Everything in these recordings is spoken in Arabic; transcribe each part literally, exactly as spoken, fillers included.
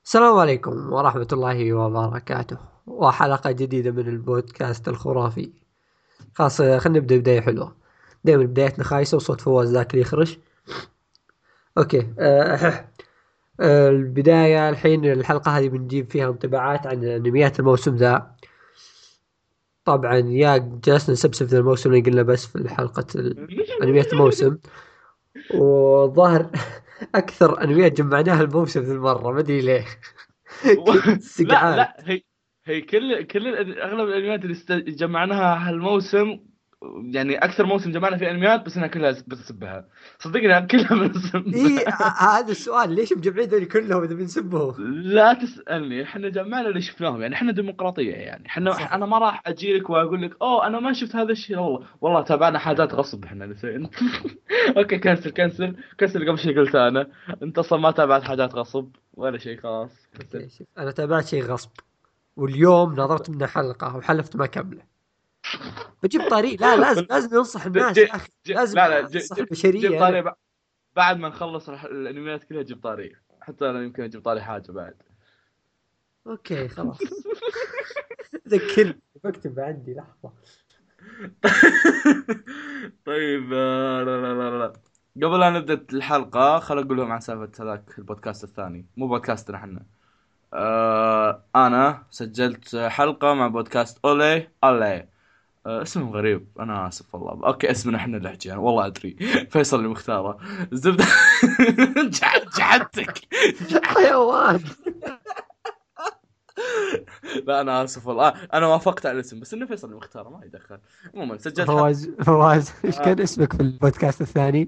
السلام عليكم ورحمة الله وبركاته، وحلقة جديدة من البودكاست الخرافي. خلاص، خلينا نبدأ بداية حلوة. دائما بدايتنا خايسة وصوت فواز ذاك اللي يخرش. أوكي. أه أه البداية الحين الحلقة هذه بنجيب فيها انطباعات عن أنميات الموسم ذا. طبعا يا جلسنا نسبسب في الموسم اللي قلنا بس في حلقة ال- أنميات الموسم. وظاهر أكثر أنميات جمعناها الموسم ذي المرة، ما أدري ليه. و- كنت لا سقعان. لا هي هي كل كل الأن- اغلب الانميات اللي است- جمعناها هالموسم. يعني اكثر موسم جمعنا فيه انميات، بس انها كلها بس اسبها. صدقني كلها اي، ه- بنسبها. هذا السؤال، ليش مجمعين ذولي كلهم اذا بنسبهم؟ لا تسالني، احنا جمعنا اللي شفناهم، يعني احنا ديمقراطيه. يعني احنا صحيح. انا ما راح اجي لك واقول لك اوه انا ما شفت هذا الشيء. والله والله تابعنا حاجات غصب احنا الاثنين. اوكي، كنسل كنسل كنسل قبل شيء قلت انا. انت اصلا ما تابعت حاجات غصب ولا شيء، خلاص كنسل. اوكي، شوف انا تابعت شيء غصب، واليوم نظرت منه حلقة وحلفت ما كمله. بجيب طريق، لا لازم لازم ننصح الناس جي يا اخي، جي لازم لا لا جي انصح جي جيب البشرية انا. طاري. بعد ما نخلص الح- الانميات كلها جيب طاري. حتى انا يمكن اجيب طاري حاجه بعد. اوكي خلاص. ذكرني، بكتب عندي لحظة. طيب، آه، لا لا لا لا قبل لا نبدا الحلقه، خل اقول لهم عن سالفه هذاك البودكاست الثاني، مو بودكاستنا احنا. آه انا سجلت حلقه مع بودكاست اولي اولي. آه اسمهم غريب، انا اسف والله. اوكي، اسمنا احنا اللهجه، والله ادري. فيصل اللي مختاره. الزبده. جحد جحدتك. حيوان. لا انا اسف والله، آه، انا وافقت على الاسم، بس انه فيصل اللي مختاره، ما يدخل. عموما سجلت حلقه. فواز فواز ايش آه، كان اسمك في البودكاست الثاني؟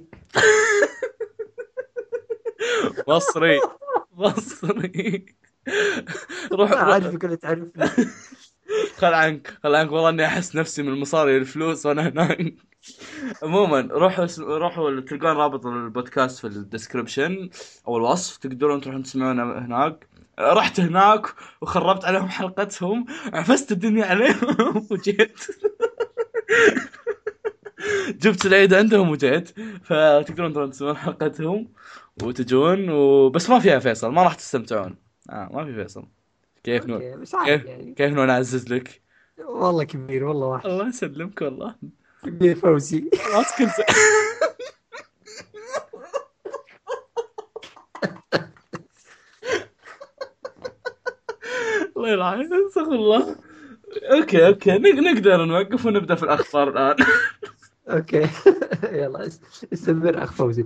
مصري. مصري. روح ما روح. اعرفك ولا تعرفني. خل عنك خل عنك، والله اني احس نفسي من المصاري الفلوس وانا هناك. عموما روحوا اس- روحوا تلقون رابط البودكاست في الديسكربشن او الوصف، تقدرون تروحون تسمعونه هناك. رحت هناك وخربت عليهم حلقتهم، عفست الدنيا عليهم. وجيت جبت العيد عندهم وجيت. فتقدرون ترون تسمعون حلقتهم وتجون، وبس ما فيها فيصل، ما راح تستمتعون. آه ما في فيصل. كيف نو... اوكي بس كيف عادي يعني. كيف نو نعزز لك. والله كبير، والله الله وحش. يسلمك والله. كبير فوزي. خلاص كل س... الله يلعن، استغفر الله. اوكي اوكي، نق- نقدر نوقف ونبدا في الاخبار الان. اوكي. يلا اس- استمر اخ فوزي.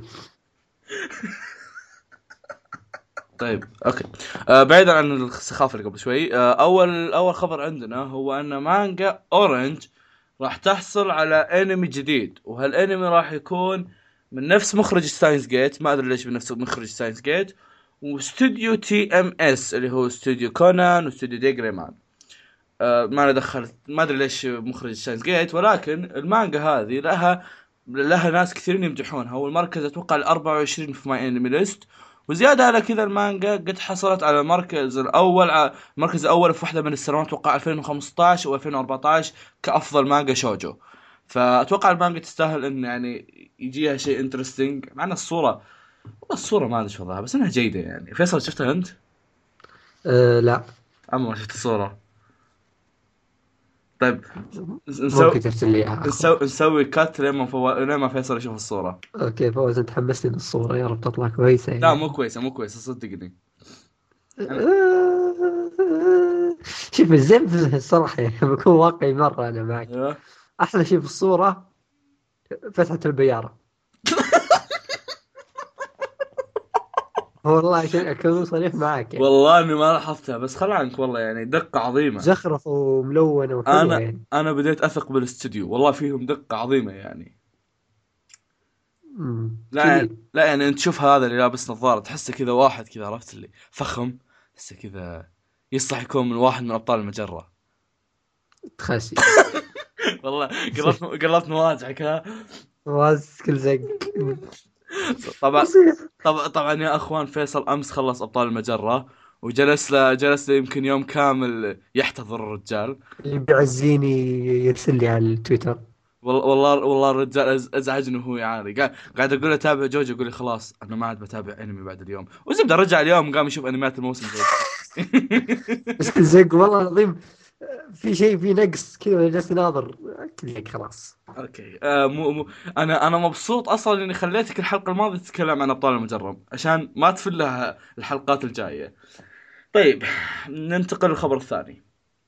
طيب اوكي. آه بعيدا عن السخافه اللي قبل شوي، آه اول اول خبر عندنا هو ان مانجا اورنج راح تحصل على انمي جديد، وهالانمي راح يكون من نفس مخرج ستاينز جيت. ما ادري ليش من نفس مخرج ستاينز جيت. واستوديو تي ام اس اللي هو استوديو كونان واستوديو ديجريمان. آه ما له دخل، ما ادري ليش مخرج ستاينز جيت، ولكن المانجا هذه لها لها ناس كثيرين يمدحونها، والمركز اتوقع ال أربعة وعشرين في ماي انمي ليست. وزياده على كذا المانجا قد حصلت على المركز الاول ع- المركز الاول في واحده من السنوات، اتوقع ألفين وخمسطعش او ألفين وأربعطعش، كافضل مانجا شوجو. فاتوقع المانجا تستاهل ان يعني يجيها شيء انترستنج، مع ان الصوره، والله الصوره ما ادري شو وضعها، بس انها جيده يعني. فيصل شفتها انت؟ أه لا. اما ما شفت الصوره. طيب، ممكن نسوي ترسل لي اياها نسوي اخوي. نسوي كات لين ما فو... لين ما فيصل يشوف الصورة. اوكي فوز، انت حمسني للصورة، يا رب تطلع كويسة لا مو يعني. كويسة، مو كويسة صدقني. أنا... أه، شوف الزين في الصراحة يعني، بكون واقعي مرة انا معك. أيوه. احلى شيء في الصورة فتحة البيارة. والله عشان اكون صريح معك يعني. والله اني ما لاحظتها، بس خل عنك والله، يعني دقة عظيمة. زخرفة وملونة وحلوة انا يعني. انا بديت اثق بالاستوديو، والله فيهم دقة عظيمة يعني. امم لا يعني كذي. لا يعني انت شوف هذا اللي لابس نظارة، تحسه كذا واحد كذا، عرفت اللي فخم. تحسه كذا يصلح يكون من واحد من ابطال المجرة. تخسي. والله قربت قربت نواجهك ها. فواز كل زق. طبعا. فصيح. طبعا طبعا يا اخوان، فيصل امس خلص ابطال المجره، وجلس له جلس له يمكن يوم كامل يحتضر الرجال. اللي بيعزيني يرسل لي على التويتر. والله والله والله الرجال أز- ازعجني وهو يعاني. قاعد قاعد اقول له تابع جوجو، يقول لي خلاص انا ما عاد بتابع انمي بعد اليوم. وزبده رجع اليوم قام يشوف انميات الموسم زي بس الزق والله العظيم في شيء في نقص كذا، جالس ناظر زق خلاص. اوكي. آه مو مو انا انا مبسوط اصلا اني خليتك الحلقه الماضيه تتكلم عن ابطال المجرم عشان ما تفلها الحلقات الجايه. طيب ننتقل للخبر الثاني.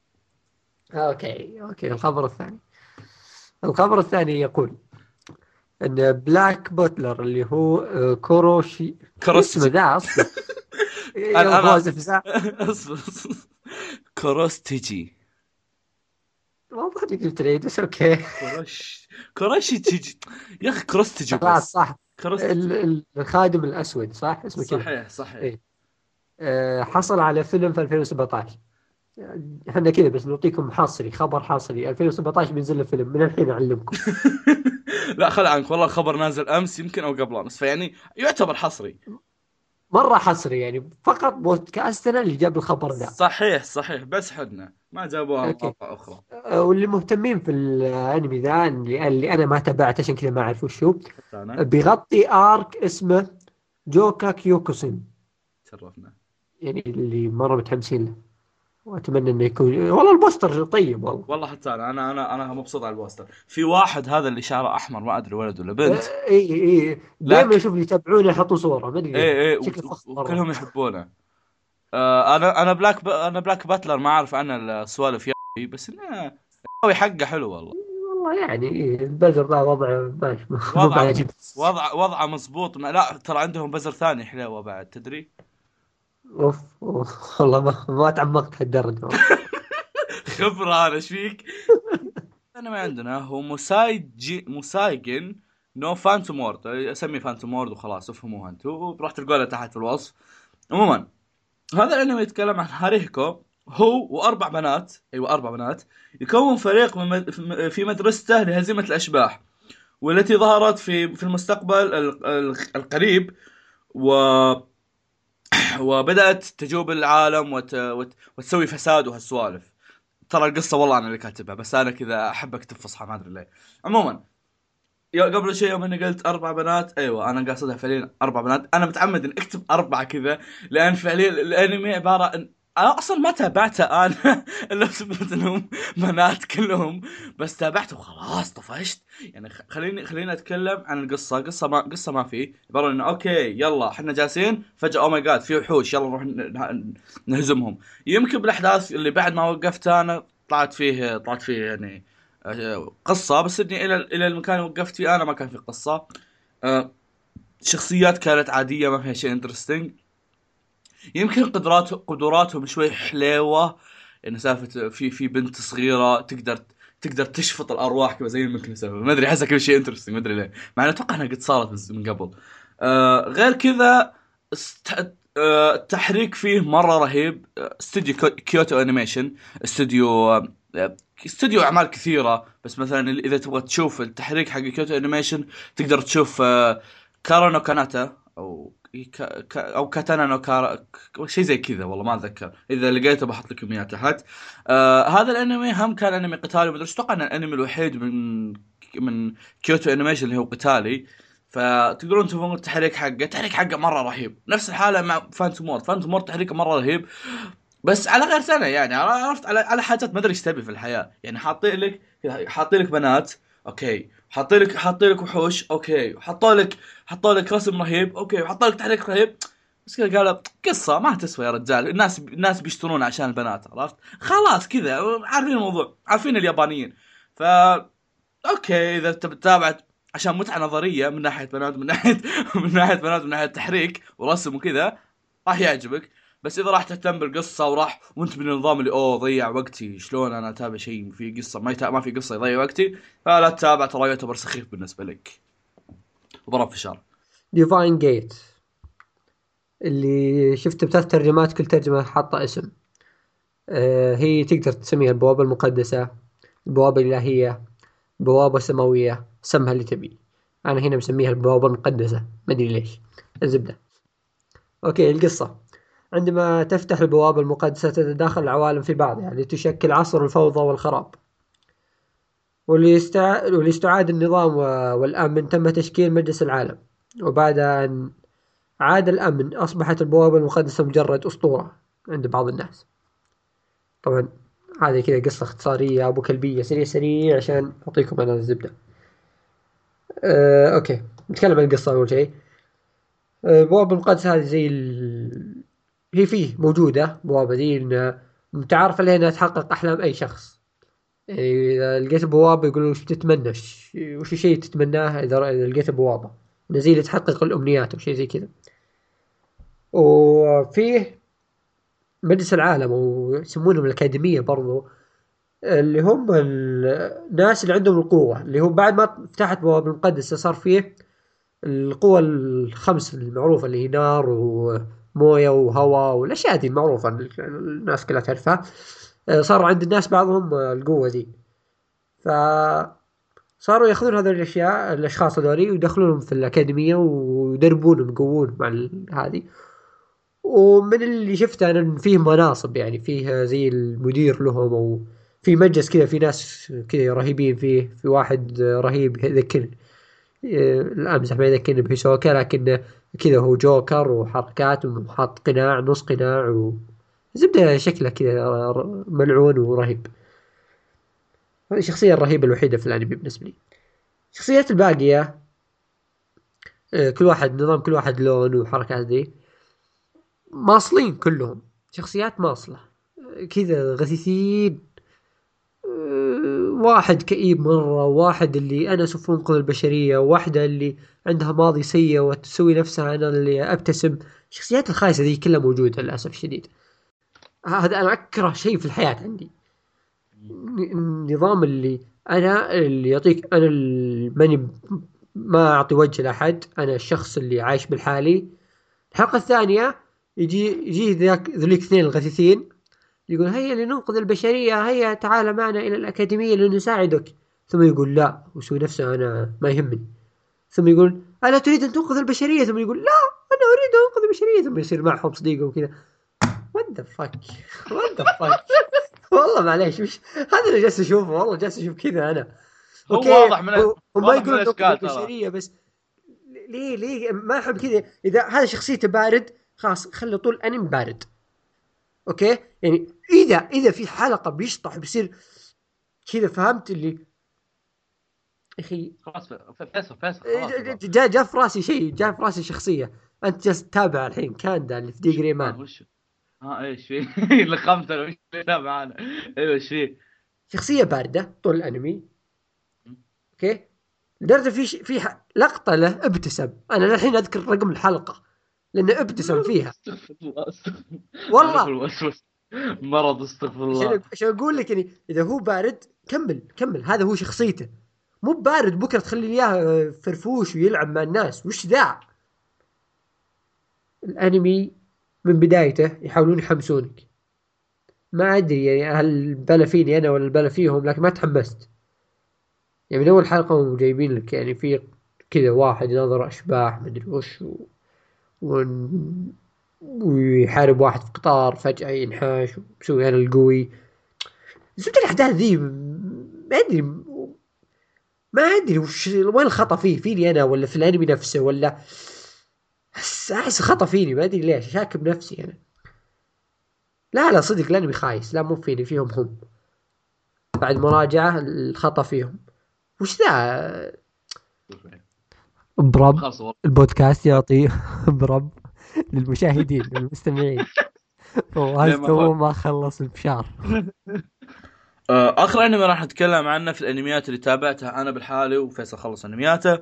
اوكي اوكي الخبر الثاني. الخبر الثاني يقول ان بلاك بوتلر اللي هو آه، كوروشي، شو اسمه كروستجي. ذا اصلا؟ انا يلا انا اسف ذا. اصبر أصبر. كروستجي. والله اني قلت لي بس اوكي. كروش كروشي تجي. يا اخي كروستجي خلاص بس. صح. ال- كروستجي. ال- الخادم الاسود صح اسمه كذا. صحيح صحيح. ايه. آه، حصل على فيلم في ألفين وسبعطعش. احنا كذا بس نعطيكم حصري، خبر حصري ألفين وسبعطعش بينزل له فيلم من الحين اعلمكم. لا خل عنك، والله الخبر نازل امس يمكن او قبل امس، فيعني يعتبر حصري. مره حصري يعني، فقط بودكاستنا اللي جاب الخبر ذا. صحيح صحيح، بس حدنا ما جابوها اوكي. مواقع اخرى. آه، واللي مهتمين في الانمي ذا اللي, اللي انا ما تابعته عشان كذا ما اعرف وش هو. حتى انا. بيغطي ارك اسمه جوكا كيوكوسن، تشرفنا. يعني اللي مره متحمسين له. واتمنى انه يكون والله البوستر طيب والله. والله حتى انا انا انا انا مبسوط على البوستر. في واحد هذا اللي شعره احمر، ما ادري ولد ولا بنت. آه، اي اي دائما لكن اشوف اللي يتابعونه يحطوا صوره، ما ادري ايه ليه ايه شكله وك- فخم مره. وكلهم يحبونه. آه انا انا بلاك ب... انا بلاك باتلر ما اعرف عنه السوالف يا بس انه هو حقه حلو والله. والله يعني إيه البزر ذا وضعه ماشي مو وضع بعجب. وضع وضعه مزبوط. ما... لا ترى عندهم بزر ثاني حلوه بعد تدري. اوف أوف، والله ما ما تعمقت هالدرجه والله. خبره انا ايش فيك. انا ما عندنا هو موسايجي موسايجن نو فانتوم وورد، اسميه فانتوم وورد وخلاص افهموها انتم وراح تلقوا له تحت في الوصف. عموما هذا الانمي يتكلم عن هاريهيكو، هو واربع بنات، ايوه اربع بنات، يكون فريق من مد... في مدرسته لهزيمه الاشباح، والتي ظهرت في في المستقبل ال- ال- القريب، و وبدات تجوب العالم وت... وت... وتسوي فساد وهالسوالف. ترى القصه والله انا اللي كاتبها، بس انا كذا احب اكتب فصحى ما ادري ليه. عموما يا قبل شيء يوم اني قلت اربع بنات، ايوه انا قاصدها فعليا اربع بنات. انا متعمد اني اكتب اربعه كذا لان فعليا الانمي عباره عن، انا اصلا ما تابعته انا الا بسبب انهم بنات كلهم، بس تابعته وخلاص طفشت. يعني خ- خليني خليني اتكلم عن القصه. قصه ما قصه ما في عباره انه اوكي يلا احنا جالسين فجاه او ماي جاد في وحوش يلا نروح ن- ن- نهزمهم. يمكن بالاحداث اللي بعد ما وقفت انا طلعت فيه طلعت فيه يعني آه، قصة، بس اني الى الى المكان اللي وقفت فيه انا ما كان في قصة. آه، شخصيات كانت عادية ما فيها شيء انترستنج. يمكن قدرات قدراتهم شوي حليوة، ان سالفة في في بنت صغيرة تقدر تقدر تشفط الارواح كذا زي المكنسة، ما ادري احسها كل شيء انترستنج ما ادري ليه، مع اني اتوقع انها قد صارت بس من قبل. آه، غير كذا است... آه، التحريك فيه مرة رهيب. آه، استوديو كو- كيوتو انيميشن، استوديو آه، استوديو اعمال كثيره، بس مثلا اذا تبغى تشوف التحريك حق كيوتو انيميشن تقدر تشوف آه، كارانو كاناتا او كا كا او كاتانا نو كارا ك- شيء زي كذا، والله ما اتذكر. اذا لقيته بحط لكم اياه تحت. آه هذا الانمي هم كان انمي قتالي، ومدري ايش، اتوقع ان الانمي الوحيد من من كيوتو انيميشن اللي هو قتالي. فتقدرون تشوفون التحريك حقه، التحريك حقه مره رهيب. نفس الحاله مع فانتوم مورد، فانتوم مورد تحريكه مره رهيب، بس على غير سنه يعني عرفت، على على حاجات ما ادري ايش تبي في الحياه. يعني حاطين لك حاطين لك بنات اوكي، حاطين لك حاطين لك وحوش اوكي، حطوا لك حطوا لك رسم رهيب اوكي، وحطوا لك تحريك رهيب، بس كذا قالوا قصه ما تسوى يا رجال. الناس الناس بيشترون عشان البنات، عرفت؟ خلاص كذا عارفين الموضوع، عارفين اليابانيين. ف اوكي اذا تبي تتابع عشان متعه نظريه من ناحيه بنات، من ناحيه من ناحيه بنات، من ناحيه تحريك ورسم وكذا، راح يعجبك. بس اذا راح تهتم بالقصه وراح وانت من النظام اللي اوه ضيع وقتي شلون انا اتابع شيء في قصه ما يتا... ما في قصه يضيع وقتي، فلا تتابع، ترى يعتبر سخيف بالنسبه لك وضرب فشار. ديفاين جيت اللي شفت بثلاث ترجمات، كل ترجمة حاطة اسم. آه هي تقدر تسميها البوابة المقدسة، البوابة الإلهية، بوابة سماوية، سمها اللي تبي. أنا هنا مسميها البوابة المقدسة ما أدري ليش. الزبدة. أوكي القصة. عندما تفتح البوابة المقدسة تتداخل العوالم في بعض، يعني تشكل عصر الفوضى والخراب. وليستع... وليستعاد النظام و- والأمن تم تشكيل مجلس العالم. وبعد أن عاد الأمن أصبحت البوابة المقدسة مجرد أسطورة عند بعض الناس. طبعا هذه كذا قصة اختصارية أبو كلبية سريع سريع عشان أعطيكم أنا الزبدة. أه أوكي نتكلم عن القصة أول شيء. أه البوابة المقدسة هذه زي ال... هي فيه موجودة بوابة دي إن متعارف عليها إنها تحقق أحلام أي شخص. يعني إذا لقيت بوابة يقولون وش تتمنى وش وش الشيء تتمناه إذا إذا لقيت بوابة إنه زي اللي تحقق الأمنيات أو شيء زي كذا. وفيه مجلس العالم ويسمونهم الأكاديمية برضو اللي هم الناس اللي عندهم القوة اللي هو بعد ما فتحت بوابة المقدسة صار فيه القوى الخمس المعروفة اللي هي نار وموية وهواء والأشياء دي المعروفة الناس كلها تعرفها. صار عند الناس بعضهم القوة دي فصاروا ياخذون هذه الأشياء الأشخاص هذولي ويدخلونهم في الأكاديمية ويدربونهم يقوون مع ال- هذه. ومن اللي شفته أنا إن فيه مناصب يعني فيه زي المدير لهم أو في مجلس كذا في ناس كذا رهيبين فيه في واحد رهيب يذكر لا امزح ما يذكرني بهيسوكا لكن كذا هو جوكر وحركات وحاط قناع نص قناع وزبدة شكله كذا ملعون ورهيب. هذه الشخصية الرهيبة الوحيدة في الأنمي بالنسبة لي. الشخصيات الباقية آه، كل واحد نظام كل واحد لون وحركات ذي ماصلين كلهم شخصيات ماصلة آه، كذا غثيثين. آه، واحد كئيب مرة واحد اللي أنا سوف أنقذ البشرية واحدة اللي عندها ماضي سيء وتسوي نفسها أنا اللي أبتسم. الشخصيات الخايسة ذي كلها موجودة للأسف الشديد. هذا أنا أكره شيء في الحياة عندي النظام اللي أنا اللي يعطيك أنا ماني ما أعطي وجه لأحد أنا الشخص اللي عايش بالحالي. الحلقة الثانية يجي يجي ذاك ذلك اثنين الغثيثين يقول هيا لننقذ البشرية هيا تعال معنا إلى الأكاديمية لنساعدك. ثم يقول لا ويسوي نفسه أنا ما يهمني. ثم يقول ألا تريد أن تنقذ البشرية ثم يقول لا أنا أريد أن أنقذ البشرية ثم يصير معهم صديقه وكذا. what the fuck what the fuck والله معليش وش هذا اللي جالس أشوفه والله جالس أشوف كذا أنا. هو أوكي واضح من هو ما واضح من يقول ننقذ الاشكال ترى. البشرية بس ليه ليه ما أحب كذا إذا هذا شخصيته بارد خلاص خلي طول أنمي بارد. أوكي يعني إذا إذا في حلقة بيشطح بيصير كذا فهمت اللي أخي خلاص فيصل فيصل خلاص جاء جاء في راسي شيء جاء في راسي شخصية أنت جالس تتابع الحين كاندا اللي في ديجري مان. وش ها ايش في اللي خمسة وش معنا ايوه ايش في شخصية باردة طول الأنمي. أوكي لدرجة في ش... في ح... لقطة له ابتسم أنا الحين أذكر رقم الحلقة لأنه ابتسم فيها استغفر الله استغفر والله الوسوس مرض استغفر الله. عشان عشان أقول لك يعني إذا هو بارد كمل كمل هذا هو شخصيته مو بارد بكرة تخلي إياه فرفوش ويلعب مع الناس وش ذا. الأنمي من بدايته يحاولون يحمسونك ما أدري يعني هل بلا فيني أنا ولا بلا فيهم لكن ما تحمست. يعني من أول حلقة هم جايبين لك يعني في كذا واحد ينظر أشباح مدري وش و... و... ويحارب واحد في قطار فجأة ينحاش ويسوي أنا القوي. زبط الأحداث ذي ما أدري ما أدري وش وين الخطأ فيه فيني أنا ولا في الأنمي نفسه ولا أحس أحس خطأ فيني ما أدري ليش شاك بنفسي أنا. لا لا صدق الأنمي خايس لا مو فيني فيهم هم بعد مراجعة الخطأ فيهم وش ذا. برب البودكاست يعطي برب للمشاهدين للمستمعين وهذا ما خلص البشار. اخر انمي راح نتكلم عنه في الانميات اللي تابعتها انا بالحالي وفيصل خلص انمياته.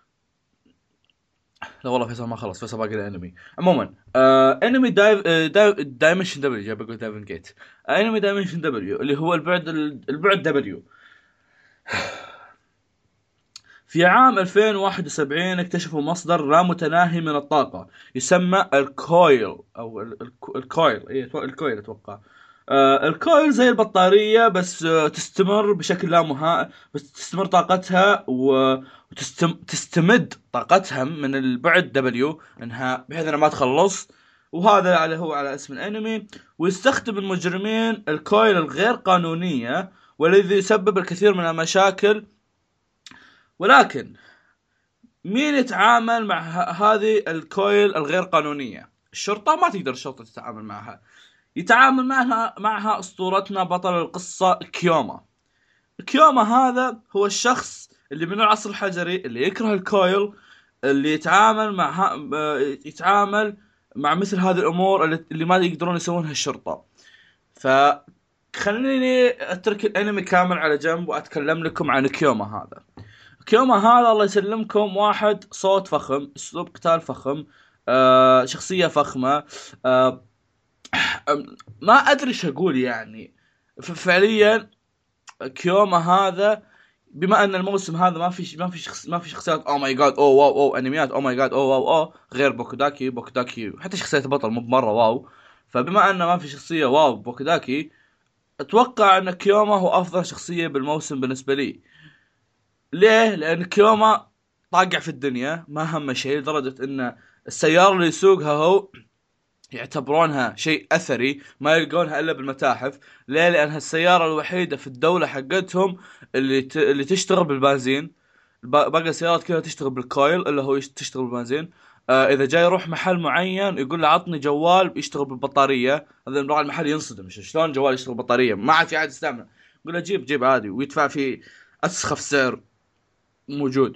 لا والله فيصل ما خلص فيصل باقي الانمي. عموما آه انمي دايف دايف دايمنشن دبليو جاب اقول دايفن جيت انمي دايمنشن دبليو اللي هو البعد البعد دبليو. في عام ألفين وواحد وسبعين اكتشفوا مصدر لا متناهي من الطاقة يسمى الكويل او الكويل اي الكويل اتوقع. آه الكويل زي البطارية بس آه تستمر بشكل لا مها بس تستمر طاقتها وتستمد طاقتها من البعد دبليو انها بحيث انها ما تخلص. وهذا على هو على اسم الانمي. ويستخدم المجرمين الكويل الغير قانونية والذي يسبب الكثير من المشاكل. ولكن مين يتعامل مع هذه الكويل الغير قانونية؟ الشرطة ما تقدر الشرطة تتعامل معها. يتعامل معها معها أسطورتنا بطل القصة كيوما. كيوما هذا هو الشخص اللي من العصر الحجري اللي يكره الكويل، اللي يتعامل مع ها... يتعامل مع مثل هذه الأمور اللي ما يقدرون يسوونها الشرطة. فخليني أترك الأنمي كامل على جنب وأتكلم لكم عن كيوما هذا. كيوما هذا الله يسلمكم واحد صوت فخم، أسلوب قتال فخم، آه شخصية فخمة، آه ما أدري إيش أقول يعني. فعليا كيوما هذا بما ان الموسم هذا ما في ما في شخص ما في شخصيات او ماي جاد او واو او انميات او ماي جاد او واو او غير بوكوداكي بوكوداكي حتى شخصيه البطل مو بمره واو. فبما ان ما في شخصيه واو بوكوداكي، اتوقع ان كيوما هو افضل شخصيه بالموسم بالنسبه لي. ليه؟ لان كيوما طاقع في الدنيا، ما هم شيء لدرجه ان السياره اللي يسوقها هو يعتبرونها شيء أثري ما يلقونها إلا بالمتاحف. ليه؟ لأنها السيارة الوحيدة في الدولة حقتهم اللي ت... اللي تشتغل بالبنزين. باقي السيارات كلها تشتغل بالكويل إلا هو تشتغل بالبنزين. آه إذا جاي يروح محل معين يقول له عطني جوال يشتغل بالبطارية، هذا راعي المحل ينصدم، شلون جوال يشتغل بالبطارية ما عاد في عاد يستعمله. يقول له جيب جيب عادي ويدفع فيه أسخف سعر موجود.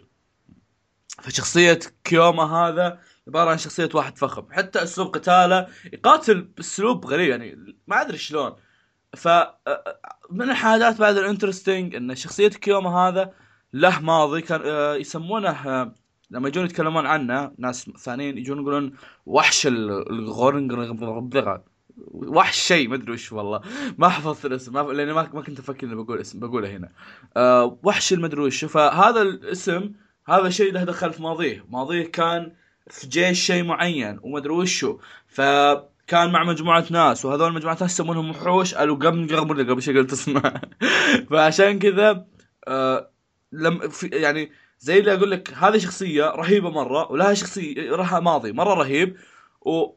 فشخصية كيوما هذا عبارة عن شخصية واحد فخم، حتى أسلوب قتاله يقاتل بأسلوب غريب يعني ما أدري شلون. ف من الحاجات بعد الانترستينج ان شخصية كيوما هذا له ماضي كان يسمونه لما يجون يتكلمون عنه ناس ثانيين يجون يقولون وحش الغورنغ، وحش شيء ما ادري وش والله ما حفظت الاسم ما لاني ما ما كنت افكر اني بقول اسم بقوله هنا. أه وحش المدري وش. فهذا الاسم هذا شيء له دخل في ماضيه. ماضيه كان في جيش شيء معين وما ادري وشو، فكان مع مجموعة ناس وهذول مجموعة ناس يسمونهم وحوش. قالوا قبل قبل قبل شيء قلت اسمه فعشان كذا أه لم في يعني زي اللي اقول لك هذه شخصية رهيبة مرة ولها شخصية لها ماضي مرة رهيب و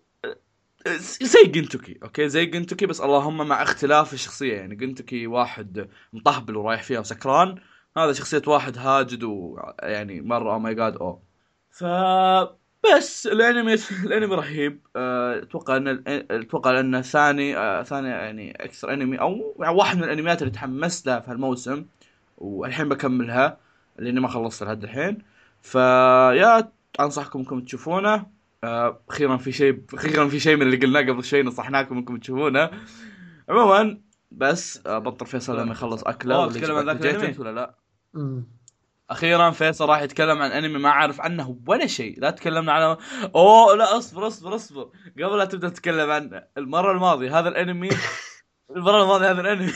زي جنتوكي. اوكي زي جنتوكي بس اللهم مع اختلاف الشخصيه. يعني جنتوكي واحد مطهبل ورايح فيها وسكران، هذا شخصيه واحد هاجد ويعني مره او ماي جاد او. ف بس الانمي الانمي رهيب. اتوقع ان اتوقع انه ثاني أه ثاني يعني اكثر انمي او يعني واحد من الانميات اللي تحمست لها في هالموسم والحين بكملها لاني ما خلصت لحد الحين. فيا انصحكم انكم تشوفونه. آه، اخيرا في شيء اخيرا في شيء من اللي قلناه قبل شوي نصحناكم انكم تشوفونه. عموما بس آه، بطل فيصل لما يخلص اكله ولا تتكلم عن ذاك الانمي ولا لا؟ مم. اخيرا فيصل راح يتكلم عن انمي ما اعرف عنه ولا شيء. لا تكلمنا عنه. اوه لا اصبر اصبر اصبر قبل لا تبدا تتكلم عنه. المره الماضيه هذا الانمي المره الماضيه هذا الانمي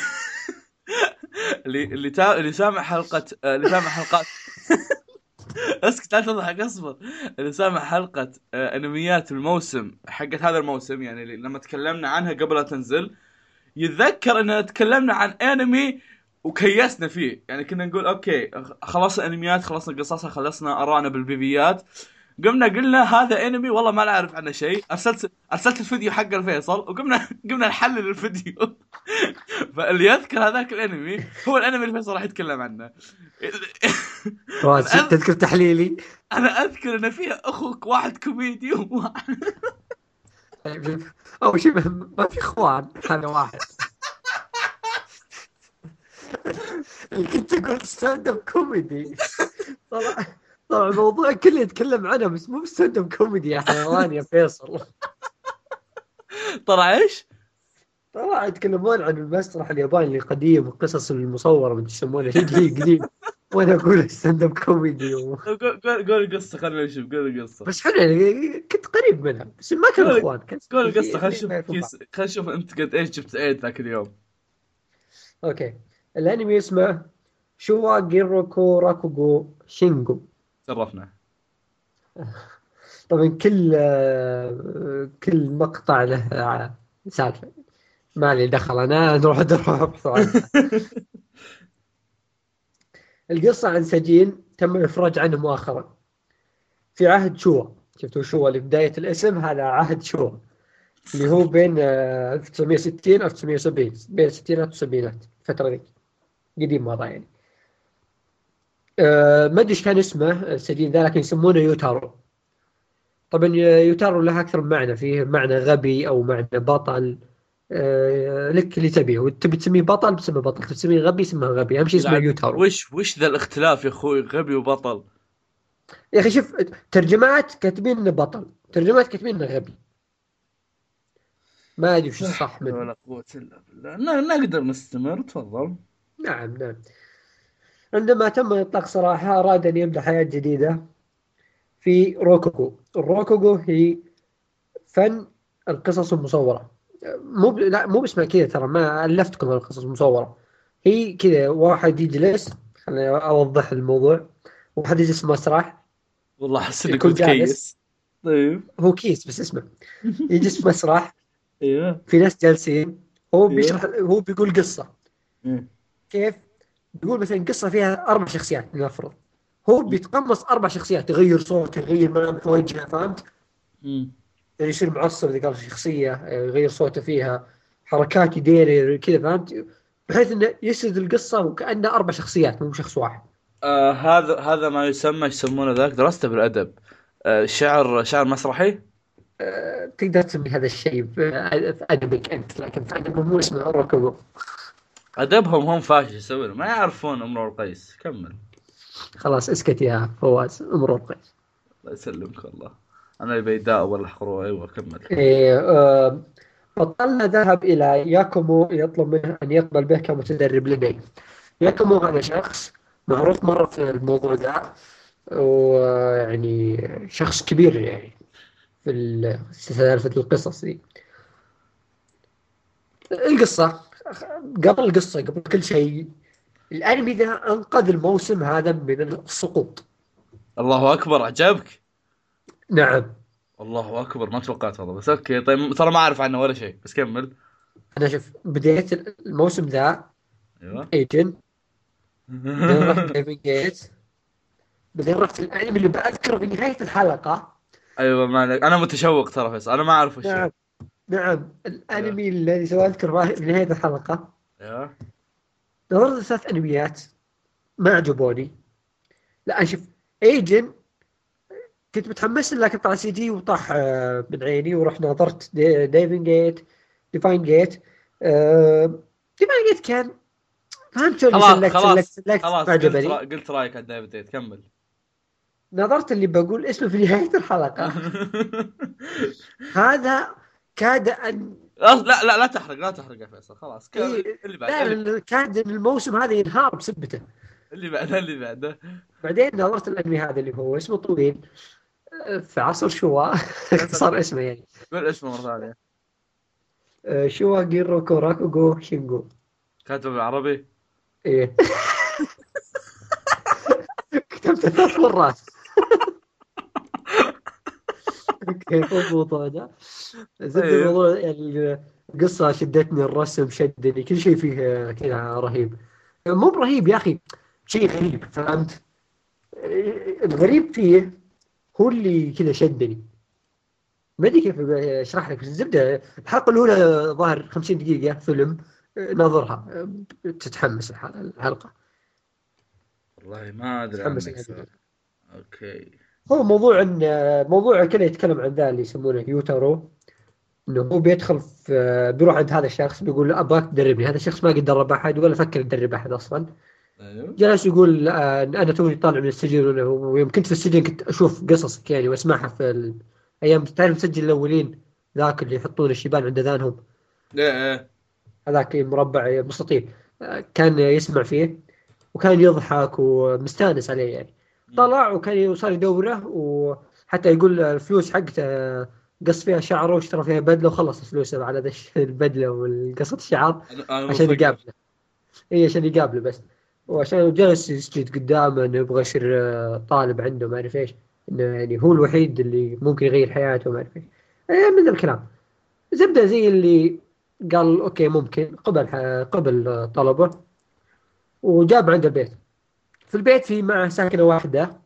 اللي اللي تا... اللي سامع حلقه آه، اللي سامع حلقات اسكت لا تضحك اصبر. اللي سامع حلقة آه، انميات الموسم حقت هذا الموسم يعني لما تكلمنا عنها قبل لا تنزل يتذكر اننا تكلمنا عن انمي وكيسنا فيه. يعني كنا نقول اوكي خلصنا انميات خلصنا قصصها خلصنا ارائنا بالبيبيات، قمنا قلنا هذا انمي والله ما نعرف عنه شيء. ارسلت ارسلت الفيديو حق الفيصل وقمنا قمنا نحلل الفيديو فاللي يذكر هذاك الانمي هو الانمي اللي فيصل راح يتكلم عنه. أذ... تذكر تحليلي. انا اذكر ان فيها اخوك واحد كوميدي وواحد اول شيء ما في اخوان هذا واحد كنت اقول ستاند اب كوميدي. طبعا طبعا الموضوع كله يتكلم عنه بس مو ستاند اب كوميدي يا حيوان يا فيصل. طلع ايش؟ طبعا يتكلمون عن المسرح الياباني القديم والقصص المصورة من يسمونه شيء قديم وانا اقول ستاند اب كوميدي و... قول قول قول القصه خلينا نشوف. قول القصه بس حلو يعني كنت قريب منها بس ما كان اخوان. قول القصه خلينا نشوف كيس خلينا نشوف انت قد ايش جبت عيد ذاك اليوم. اوكي الانمي اسمه شوا جيروكو راكوغو شينجو. شرفنا. طبعا كل كل مقطع له سالفة ما لي دخل انا نروح نروح ابحث عنها. القصة عن سجين تم الافراج عنه مؤخرا في عهد شوا. شفتوا شوا اللي بداية الاسم هذا عهد شوا اللي هو بين ألف وتسعمية وستين ألف وتسعمية وسبعين بين الستينات والسبعينات الفترة ذيك. قديم مرة يعني. أه ما ادري ايش كان اسمه السجين ذا، لكن يسمونه يوتارو. طبعا يوتارو له اكثر من معنى، فيه معنى غبي او معنى بطل. أه لك اللي تبيه، وتبي تسميه بطل بسمه بطل، تبي تسميه غبي اسمه غبي، اهم شيء اسمه يلعن يوتارو. وش وش ذا الاختلاف يا اخوي، غبي وبطل؟ يا اخي شوف، ترجمات كاتبين انه بطل، ترجمات كاتبين انه غبي. ما ادري وش لا الصح حول منه. ولا قوة الا بالله. ن- نقدر نستمر، تفضل. نعم نعم. عندما تم اطلاق صراحة اراد ان يبدأ حياة جديدة في روكوكو. الروكوكو هي فن القصص المصورة. مو ب... لا مو باسمها كذا، ترى ما ألفتكم القصص المصورة. هي كذا واحد يجلس، خليني أوضح الموضوع. واحد يجلس مسرح، والله احس انك يكون جالس. بتكيس. طيب. هو كيس بس اسمه. يجلس في مسرح، ايوه. في ناس جالسين، هو ايوه. بيشرح، هو بيقول قصة. مم. كيف؟ بيقول مثلا قصة فيها أربع شخصيات لنفرض، هو بيتقمص أربع شخصيات، يغير صوته، يغير ملامح وجهه، فهمت؟ مم. يعني يصير معصب إذا قال شخصية، يغير صوته فيها، حركات يدير كذا، فهمت؟ بحيث إنه يسرد القصة وكأنه أربع شخصيات مو شخص واحد. آه هذا هذا ما يسمى، يسمونه ذاك درسته بالادب. آه شعر شعر مسرحي. أه تقدر تسمي هذا الشيء في في أدبك أنت، لكن في أدبه مو اسمه روكوكو. ادبهم هم فاشل، يسوي ما يعرفون امرؤ القيس. كمل. خلاص اسكت يا فواز، أمر القيس. الله يسلمك والله. انا البيداء ولا حقروه. ايوه كمل. إيه أه بطلنا ذهب إلى ياكومو يطلب منه أن يقبل به كمتدرب لديه. ياكومو هذا شخص معروف مرة في الموضوع ذا، ويعني شخص كبير يعني في ال- سالفة القصص دي. القصة، قبل القصة قبل كل شيء، الأنمي ذا أنقذ الموسم هذا من السقوط. الله اكبر، عجبك؟ نعم. الله اكبر، ما توقعت والله. بس اوكي طيب، ترى ما اعرف عنه ولا شيء، بس كمل. أنا شوف بداية الموسم ذا ايوه. ايجن، بعدين رحت دايفنج جيت، بعدين رحت الأنمي اللي بأذكره في نهاية الحلقة. ايوه ما عليك. انا متشوق ترى، بس انا ما اعرف وش هو. نعم نعم، ايوه. الأنمي الذي سوف أذكره في نهاية الحلقة. ايوه. نظرت ثلاث أنميات ما عجبوني. لا شوف، ايجن كنت متحمس له، لكن طلع سي جي وطاح آه، من عيني، ورحت نظرت دي دايفنج جيت، ديفاين جيت. ديفاين جيت كان، فهمت شلون، خلاص سلكت سلكت خلاص سلكت ما خلاص، قلت رأ... عجبني. قلت رايك عن ديفيد ديت. كمل. نظرت اللي بقول اسمه في نهاية الحلقة. هذا كاد أن لا لا لا تحرق، لا تحرق يا فيصل. خلاص ك... إيه، اللي بعد اللي بعد فعلا كاد أن الموسم هذا ينهار بسبته. اللي بعده اللي بعده. بعدين نظرت الأنمي هذا اللي هو اسمه طويل، آه، في عصر شوا اختصار اسمه يعني. قول اسمه مرة ثانية. آه، شوا جيرو كوراكوغو شينجو. كاتبه بالعربي. إيه كتبت ثلاث مرات. كيف الموضوع ده؟ زبدة طيب. الموضوع يعني، القصة شدتني، الرسم شدني، كل شيء فيه كذا رهيب. مو برهيب يا أخي، شيء غريب، فهمت؟ الغريب فيه هو اللي كذا شدني. ما ادري كيف اشرح لك، بس الزبدة الحلقة الأولى ظاهر خمسين دقيقة فيلم، ناظرها تتحمس الحلقة، والله ما ادري تتحمس عنك الأنمي. صراحة. اوكي. هو موضوع ان موضوع كذا يتكلم عن ذا اللي يسمونه يوتارو، انه هو بيدخل في، بيروح عند هذا الشخص بيقول له ابغاك تدربني. هذا الشخص ما قد درب احد ولا فكر يدرب احد اصلا. ايوه. جلس يقول آه، انا توني طالع من السجن، ويوم كنت في السجن كنت اشوف قصصك يعني واسمعها في ال... ايام تعرف مسجل الاولين، ذاك اللي يحطون الشيبان عند اذانهم، ايه ايه. هذاك مربع مستطيل. آه، كان يسمع فيه وكان يضحك ومستانس عليه يعني. مم. طلع وكان وصار يدوره، وحتى يقول الفلوس حقته قص فيها شعره واشترى فيها بدله وخلص فلوسه على ذا الش- البدله والقصة الشعر انا أنا عشان مفقر. يقابله. اي عشان يقابله بس، وعشان جالس يسجد قدامه انه يبغى يصير آه، طالب عنده ما اعرف ايش، انه يعني هو الوحيد اللي ممكن يغير حياته ما اعرف ايش. إيه من ذا الكلام. زبده زي اللي قال اوكي ممكن، قبل قبل آه، طلبه، وجاب عند البيت. في البيت في معه ساكنة واحدة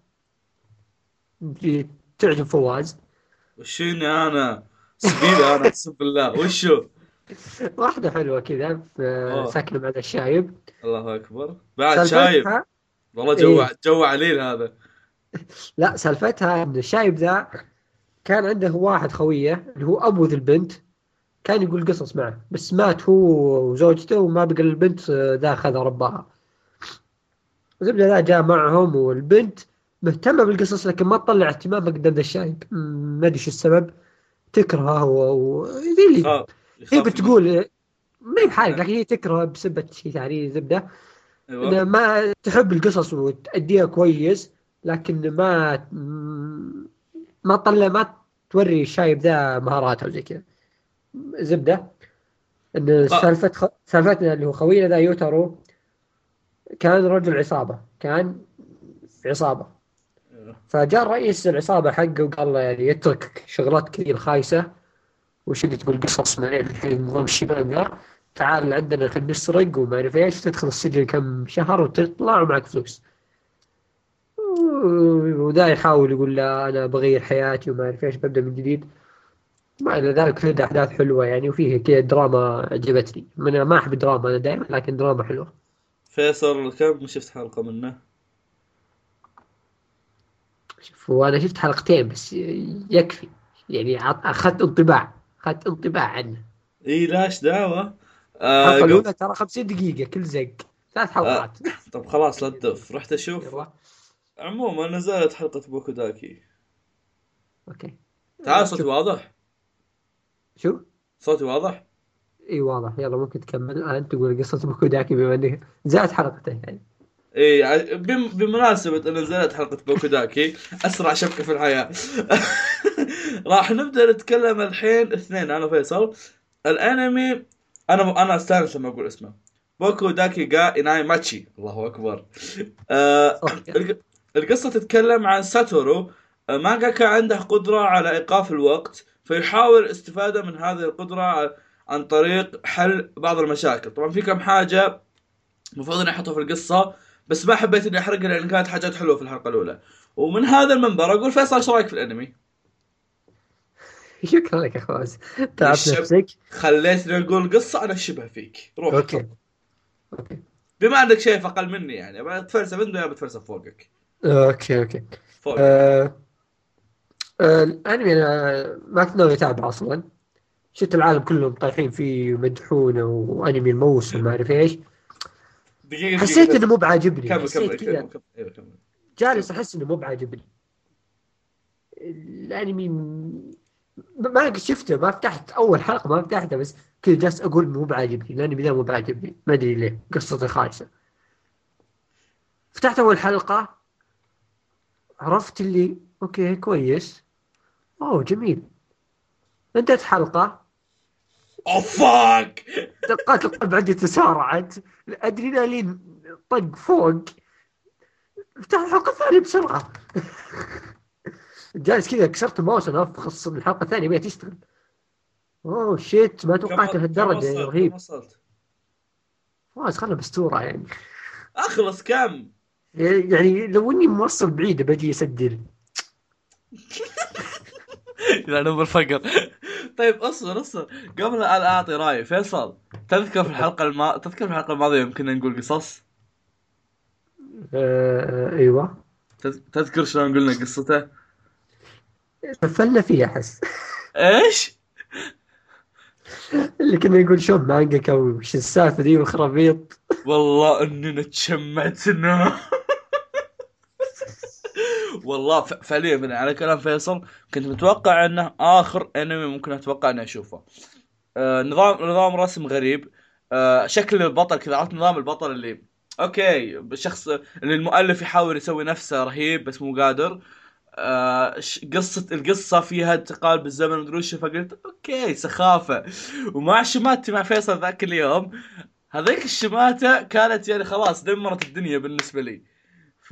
تعجب فواز. وشيني انا؟ سبيلي انا، اقسم بالله. وشو؟ واحدة حلوة كذا في- اوه، ساكنة مع الشايب. الله اكبر، بعد شايب. سالفتها والله جو ايه، جو عليل هذا. لا سالفتها ان الشايب ذا كان عنده واحد خويه اللي هو ابو ذي البنت، كان يقول قصص معه بس مات هو وزوجته وما بقى البنت، ذا اخذها رباها. زبده ذا جاء معهم والبنت مهتمة بالقصص لكن ما تطلع اهتمامها قدام ذا الشايب، م- ما ادري شو السبب. تكرهه و... و... ذي اللي يخاف هي يخاف منه. بتقول، ما هي بحالك لكن هي تكره بسبة شيء ثاني زبدة. ايوه. إنها ما تحب القصص وتأديها كويس، لكن ما ما تطلع ما توري الشايب ذا مهاراته وزي كذا. زبدة إن وقع. سالفة خ... سالفتنا اللي هو خوينا ذا يوتارو كان رجل عصابة، كان في عصابة. فجاء رئيس العصابة حقه وقال له يعني يترك شغلات كثير خايسة، وش اللي تقول قصص من الحين نظام الشباب ذا، تعال عندنا خلينا نسرق وما اعرف ايش، تدخل السجن كم شهر وتطلع ومعك فلوس. وذا يحاول يقول لا انا بغير حياتي وما اعرف ايش، ببدا من جديد. ما الى ذلك تبدا احداث حلوه يعني، وفيه كذا دراما عجبتني. من ما احب الدراما انا دائما، لكن دراما حلوه. فيصل كم شفت حلقة منه؟ شوف وانا شفت حلقتين بس يكفي يعني، عط- اخذت انطباع، اخذت انطباع عنه. اي لاش دعوة. آه الحلقه قف. الاولى ترى خمسين دقيقه كل زق، ثلاث آه. حلقات. طب خلاص لا تدف، رحت اشوف. يلا عموما نزلت حلقة بوكو داكي. اوكي. تعال صوتي شوف واضح. شو، صوتي واضح. اي واضح. يلا ممكن تكمل الان تقول قصة بوكوداكي بما انك زادت حلقته يعني. اي ع- بم... بمناسبة ان نزلت حلقة بوكو داكي، اسرع شبكة في الحياة. راح نبدأ نتكلم الحين اثنين انا وفيصل. الانمي، انا انا استانس لما اقول اسمه، بوكو داكي جا إناي ماتشي. الله اكبر. آه صح. الق- القصة تتكلم عن ساتورو. آه، مانجاكا عنده قدرة على إيقاف الوقت، فيحاول الاستفادة من هذه القدرة ع- عن طريق حل بعض المشاكل. طبعا في كم حاجة المفروض اني احطها في القصة، بس ما حبيت اني احرقها لان كانت حاجات حلوة في الحلقة الاولى. ومن هذا المنبر اقول فيصل، ايش رايك في الانمي؟ شكرا لك يا خواز، يا تعبت الشب، نفسك. خليتني اقول قصة انا اشبه فيك، روح تفضل. اوكي اوكي بما انك شايف اقل مني يعني بتفلسف انت، يا بتفلسف فوقك. اوكي اوكي. فوقك. آه آه الانمي انا ما كنت ناوي اتابعه اصلا. شفت العالم كلهم طايحين فيه ويمدحونه وانمي الموسم ما اعرف ايش، دقيقة دقيقة حسيت انه فيصل. مو بعاجبني، كمل حسيت كمل كذا كمل كمل ايوه كمل. جالس كمل. احس انه مو بعاجبني الانمي. م- ما قد شفته، ما فتحت اول حلقه ما فتحته، بس كذا جالس اقول مو بعاجبني الانمي ذا، مو بعاجبني ما ادري ليه، قصته خايسه. فتحت اول حلقه عرفت اللي اوكي كويس، اوه جميل. انتهت حلقه اوه فاك. دقات القلب عندي تسارعت، الادرينالين طق فوق. فتحت الحلقه الثانيه بسرعه. جالس كذا كسرت الماوس انا افخص الحلقه الثانيه بيها تشتغل. اوه شيت ما كم توقعت كم لهالدرجه يعني، وصلت كم رهيب. وصلت؟ خلاص خلنا بستوره يعني. اخلص كم. يعني لو اني موصل بعيد بجي اسجل. لا نمر الفقر. طيب اصبر اصبر، قبل ان اعطي رايي فيصل، تذكر في الحلقه الما... تذكر في الحلقه الماضيه يمكن نقول قصص. آه ايوه. تذ... تذكر شلون قلنا قصته؟ قفلنا فيه احس. ايش؟ اللي كنا نقول شوف مانجا وش السالفه ذي والخرابيط. والله اننا تشمتنا. والله ف... فعليا من على كلام فيصل كنت متوقع انه اخر انمي ممكن اتوقع اني اشوفه. آه نظام نظام رسم غريب. آه شكل البطل كذا، عرفت نظام البطل اللي اوكي الشخص اللي المؤلف يحاول يسوي نفسه رهيب بس مو قادر. آه ش- قصة القصة فيها انتقال بالزمن مدري وش، فقلت اوكي سخافة. ومع شماتي مع فيصل ذاك اليوم، هذيك الشماتة كانت يعني خلاص دمرت الدنيا بالنسبة لي. ف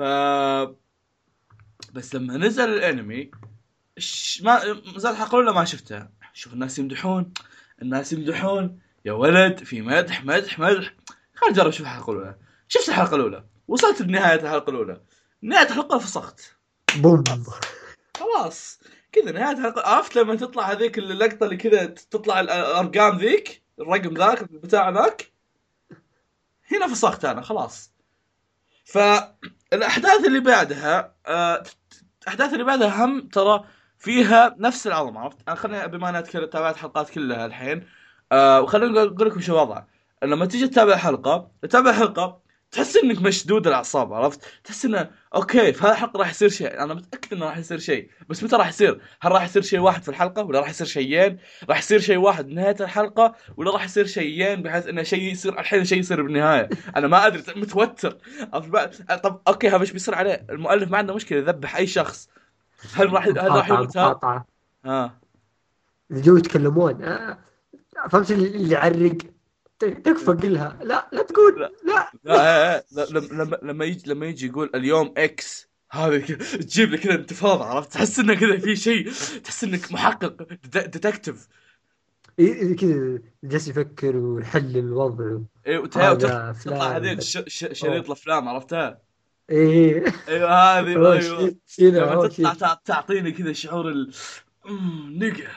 بس لما نزل الانمي، ش... ما زال الحلقة الأولى ما شفتها، شوف الناس يمدحون، الناس يمدحون، يا ولد في مدح مدح مدح. خلينا نجرب نشوف الحلقة الأولى. شفت الحلقة الأولى، وصلت لنهاية الحلقة الأولى، نهاية الحلقة فسخت. بوم. خلاص خلاص كذا نهاية الحلقة. عرفت لما تطلع هذيك اللقطة اللي كذا تطلع الأرقام ذيك، الرقم ذاك بتاع ذاك، هنا فسخت انا خلاص. فالاحداث اللي بعدها آه، الاحداث اللي بعدها هم ترى فيها نفس العظمه، عرفت؟ انا خليني بما اني اتكلم تابعت حلقات كلها الحين، آه وخليني اقول لكم شو وضعه. لما تيجي تتابع حلقه تتابع حلقه تحس انك مشدود الاعصاب، عرفت؟ تحس انه اوكي في هذه الحلقه راح يصير شيء، انا متاكد انه راح يصير شيء، بس متى راح يصير؟ هل راح يصير شيء واحد في الحلقه ولا راح يصير شيئين؟ راح يصير شيء واحد بنهايه الحلقه ولا راح يصير شيئين بحيث انه شيء يصير الحين شيء يصير بالنهايه؟ انا ما ادري، متوتر. طب اوكي هذا ايش بيصير عليه؟ المؤلف ما عنده مشكله يذبح اي شخص، هل راح هل راح مقاطعة يموت هذا؟ مقاطعة ها الجو يتكلمون آه. فهمت اللي يعرق، ت- تكفى قلها، لا لا تقول لا لا. لا, لا, لا لما لما يجي لما يجي يقول اليوم اكس، هذا ك- تجيب لك كذا انتفاضه، عرفت؟ تحس انه كذا في شيء، تحس انك محقق ديتكتيف. إيه إيه كذا جالس يفكر ويحلل الوضع. ايه وتها- وتطلع هذا تطلع هذيك فلان. ش- ش- شريط أوه. الافلام، عرفتها؟ ايه. ايوه هذه اوه ايوه. شيت كذا، لما اوه تطلع شيت. تع- تعطيني كذا شعور ال أمم، نقه.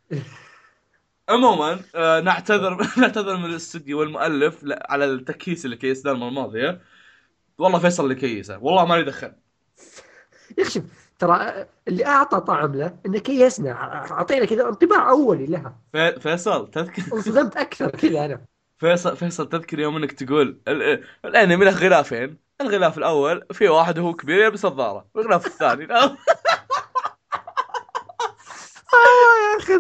عموما آه نعتذر نعتذر من الاستوديو والمؤلف ل- على التكييس اللي كيسنا المره الماضيه. والله فيصل اللي كيسه، والله ما لي دخل. يا اخي شوف، ترى اللي اعطى طعم له انه كيسنا، اعطينا كذا انطباع اولي لها. في... فيصل تذكر انصدمت اكثر كذا انا. فيصل فيصل تذكر يوم انك تقول ال... الانمي له غلافين، الغلاف الاول في واحد وهو كبير يلبس نظاره، والغلاف الثاني لا. آه يا اخي.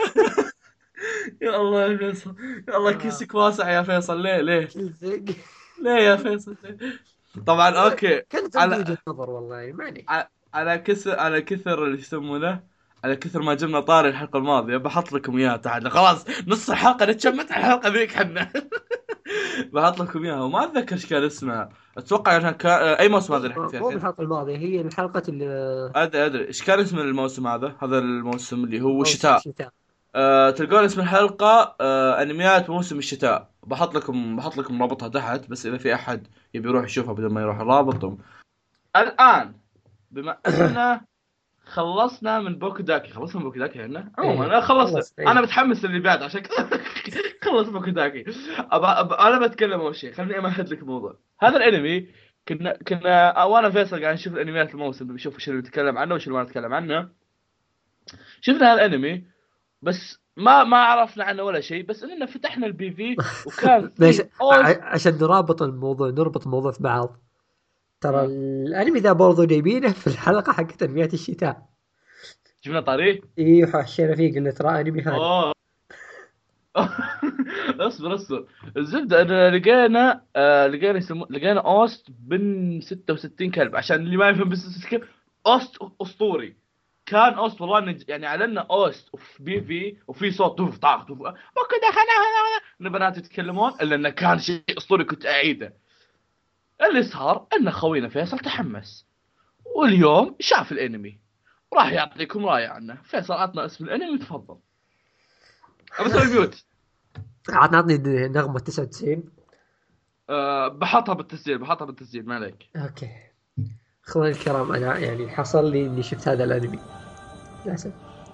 يا الله يا فيصل، يا الله آه. كيسك واسع يا فيصل، ليه ليه كذا. ليه يا فيصل ليه؟ طبعا اوكي. كانت عندي على وجهة نظر والله، ما عليك. ع- على كثر على كثر اللي يسمونه، على كثر ما جبنا طاري الحلقه الماضيه بحط لكم اياها تحت، خلاص نص الحلقه نتشمت على الحلقه ذيك حنا. بحط لكم اياها وما اتذكر ايش كان اسمها، اتوقع عشان كان اي موسم هذا اللي احنا فيه مو الحين. بالحلقة الماضية، هي الحلقة اللي ادري ادري ايش كان اسم الموسم هذا، هذا الموسم اللي هو موسم الشتاء. الشتاء. أه تلقون اسم الحلقه أه انميات موسم الشتاء، بحط لكم بحط لكم رابطها تحت، بس اذا في احد يبي يروح يشوفها بدون ما يروح الرابط. الان بما اننا خلصنا من بوكوداكي، خلصنا من بوكوداكي هنا عموما ايه انا خلصت، خلص انا ايه. متحمس اللي بعد عشان كذا. خلص بوكوداكي. أب... أب... انا بتكلم اول شيء، خليني امهد لك الموضوع. هذا الانمي كنا كنا وانا فيصل قاعد نشوف الانميات الموسم، بنشوف ايش اللي بنتكلم عنه وايش اللي ما نتكلم عنه. شفنا هالانمي بس ما ما عرفنا عنه ولا شيء، بس اننا فتحنا البي في وكان ماشي. في اوست. ع- عشان نرابط الموضوع، نربط الموضوع في بعض. ترى آه. الانمي ذا برضو جايبينه في الحلقة حقت انميات الشتاء. جبنا طريق. ايه حشينا فيه، قلنا ترى انمي هذا. اه. اصبر اصبر. الزبده ان لقينا آه لقينا يسمو... لقينا اوست بن ستة وستين كلب، عشان اللي ما يفهم بس كيف. اوست اسطوري كان اوست، والله نج... يعني علنا اوست وفي بي في وفي صوت دوف طاق دوف وكذا خنا البنات يتكلمون، الا انه كان شيء اسطوري كنت اعيده. اللي صار ان خوينا فيصل تحمس واليوم شاف الانمي وراح يعطيكم راي عنه. فيصل عطنا اسم الانمي تفضل. ابى اسوي ميوت. عطني عطني نغمة تسعة وتسعين. أه بحطها بالتسجيل، بحطها بالتسجيل ما عليك. اوكي. اخواني الكرام، انا يعني حصل لي اني شفت هذا الانمي للاسف.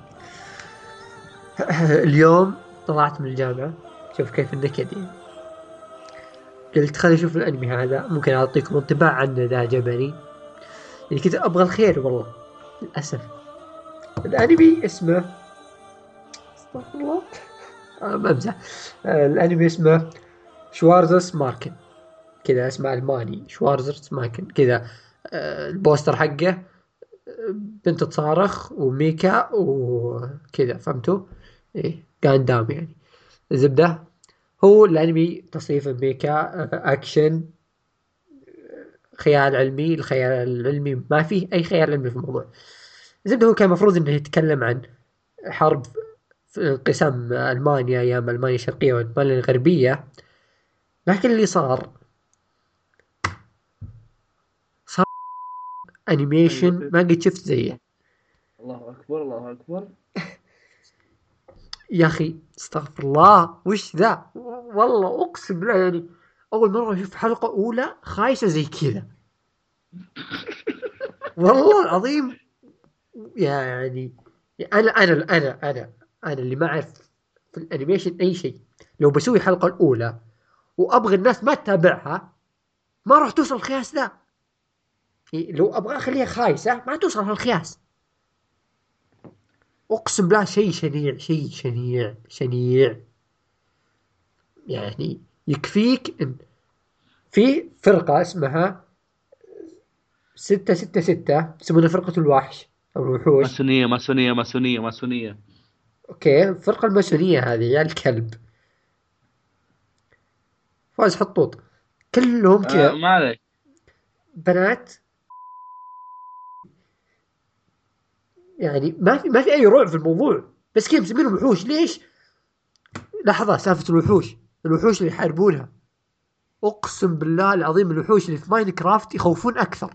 اليوم طلعت من الجامعة، شوف كيف النكد يعني. قلت خليني اشوف الانمي هذا، ممكن اعطيكم انطباع عنه اذا عجبني. يعني كنت ابغى الخير والله، للاسف. الانمي اسمه، استغفر الله، آه بمزح. آه الانمي اسمه شوارزرس ماركن، كذا اسمه الماني، شوارزرس ماركن كذا. آه البوستر حقه آه، بنت تصارخ وميكا وكذا، فهمتوا؟ ايه قاندام يعني. الزبدة هو الانمي تصنيف ميكا، آه، اكشن، خيال علمي. الخيال العلمي ما فيه اي خيال علمي في الموضوع. الزبدة هو كان المفروض انه يتكلم عن حرب في انقسام المانيا ايام المانيا الشرقية والمانيا الغربية. لكن اللي صار صار انيميشن ايوه ما قد شفت زيه. الله اكبر الله اكبر. يا اخي استغفر الله، وش ذا؟ والله اقسم بالله يعني اول مرة اشوف حلقة اولى خايسة زي كذا. والله العظيم يعني. انا انا انا انا انا اللي ما اعرف في الانيميشن اي شيء، لو بسوي الحلقة الأولى وأبغى الناس ما تتابعها ما راح توصل الخياس ذا. لو أبغى أخليها خايسة ما توصل هالخياس. أقسم بالله شيء شنيع شيء شنيع شنيع. يعني يكفيك إن في فرقة اسمها ستة ستة ستة يسمونها فرقة الوحش أو الوحوش. ماسونية ماسونية ماسونية ماسونية. أوكي الفرقة الماسونية هذه يا الكلب فاز حطوط كلهم آه كذا ما عليك. بنات. يعني ما في ما في أي رعب في الموضوع بس كيف مسمينهم وحوش ليش؟ لحظة سالفة الوحوش الوحوش اللي يحاربونها أقسم بالله العظيم الوحوش اللي في ماينكرافت يخوفون أكثر.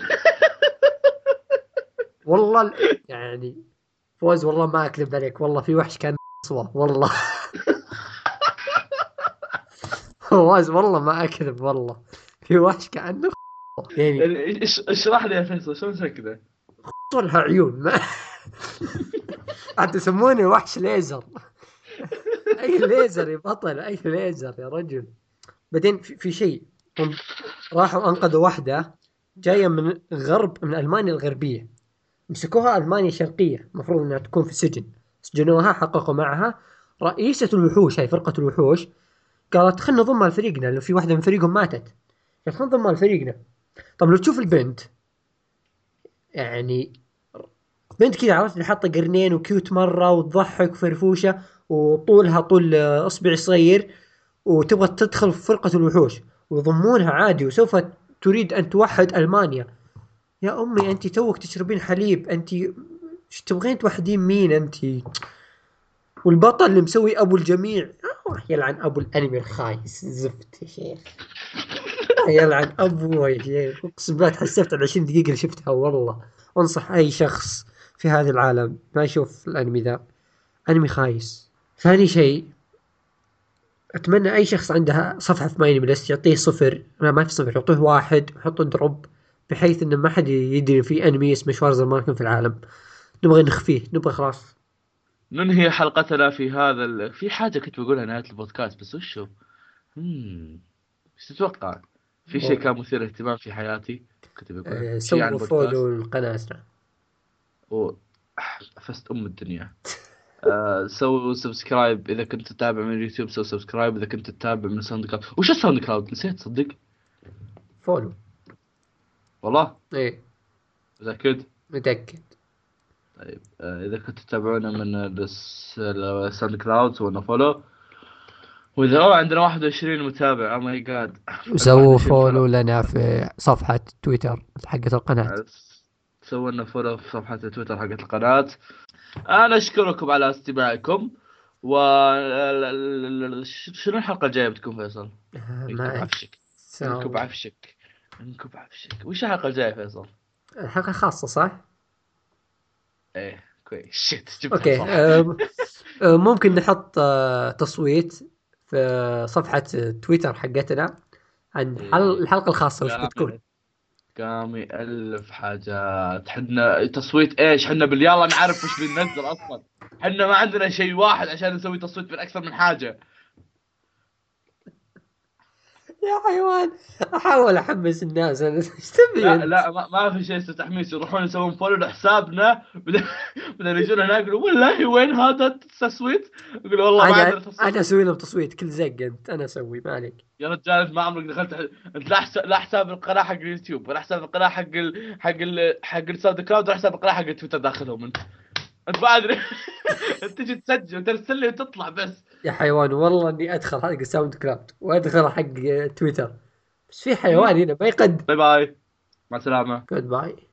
والله ال- يعني فوز والله ما أكذب عليك والله في وحش كان أصوى والله. فوز والله ما أكذب والله في وحش كأنه يعني يعني إيش- اشرح لي يا فيصل شلون شكله؟ طولها عيون ما حتى يسمونه وحش ليزر. أي ليزر يا بطل أي ليزر يا رجل. بعدين في, في شيء هم راحوا أنقذوا واحدة جاية من غرب من ألمانيا الغربية. مسكوها ألمانيا الشرقية المفروض أنها تكون في سجن. سجنوها حققوا معها رئيسة الوحوش هاي فرقة الوحوش قالت خلنا نضمها لفريقنا لو في واحدة من فريقهم ماتت قالت خلنا نضمها لفريقنا. طب لو تشوف البنت يعني بنت كذا عرفت اللي حاطة قرنين وكيوت مرة وتضحك وفرفوشة وطولها طول آه، إصبع صغير وتبغى تدخل في فرقة الوحوش ويضمونها عادي وسوف تريد أن توحد ألمانيا. يا أمي أنت توك تشربين حليب أنت ايش تبغين توحدين مين أنت؟ والبطل اللي مسوي أبو الجميع آه، يلعن أبو الأنمي الخايس زفت يا شيخ. يلعن أبوه يا شيخ أقسم بالله تحسفت على عشرين دقيقة اللي شفتها والله. أنصح أي شخص في هذا العالم ما يشوف الأنمي ذا أنمي خايس. ثاني شيء أتمنى أي شخص عنده صفحة في ماي ليست يعطيه صفر لا ما في صفر يعطيه واحد ويحط دروب بحيث إنه ما حد يدري في أنمي اسمه شوارز ماركن في العالم. نبغى نخفيه نبغى خلاص. ننهي حلقتنا في هذا ال... في حاجة كنت بقولها نهاية البودكاست بس وشو؟ امم ايش تتوقع؟ في شيء كان مثير اهتمام في حياتي كنت بقوله أه شيء عن سووا البودكاست. فولو للقناة أسرع. و فزت ام الدنيا. آه سووا سبسكرايب اذا كنت تتابع من اليوتيوب سووا سبسكرايب اذا كنت تتابع من ساوند كلاود. وش الساوند كلاود نسيت صدق. فولو. والله إيه متأكد. متأكد. طيب آه اذا كنت تتابعونا من الس- الساوند كلاود سووا لنا فولو. واذا أوه عندنا واحد وعشرين متابع او ماي جاد. عندنا وسووا واحد وعشرين فولو. فولو لنا في صفحة تويتر حقت القناة. سووا لنا فولو في صفحة تويتر حقت القناة. أنا أشكركم على استماعكم. و شنو الحلقة الجاية بتكون فيصل؟ آه، انكب ما عفشك. انكب سو عفشك. انكب عفشك. وش الحلقة الجاية فيصل؟ حلقة خاصة صح؟ ايه كويس شيت جبتها اوكي صح. أه أه ممكن نحط أه تصويت في صفحة تويتر حقتنا عن حل إيه. الحلقة الخاصة وش بتكون. قام قام يألف حاجات حنا تصويت ايش حنا باليلا نعرف وش بننزل اصلا. حنا ما عندنا شيء واحد عشان نسوي تصويت من اكثر من حاجة. يا حيوان احاول احمس الناس انا ايش تبي لا انت؟ لا ما, ما في شيء اسمه تحميس يروحون يسوون فولو لحسابنا بعدين بعدين يجون هناك يقولوا والله وين هذا التصويت؟ يقول والله ما عندنا انا تصويت. انا اسوي لهم تصويت كل زق انت انا اسوي ما عليك. يا رجال انت ما عمرك دخلت ح- انت لا حساب لا حساب القناه حق اليوتيوب ولا حساب القناه حق ال... حق ال... حق الساوند كلاود ولا حساب القناه حق تويتر داخلهم انت. انت ما ادري. انت تجي تسجل وترسل لي وتطلع بس. يا حيوان والله اني ادخل حق ساوند كلاود وادخل حق تويتر بس في حيوان مم. هنا ما يقد. باي باي مع السلامه. جود باي.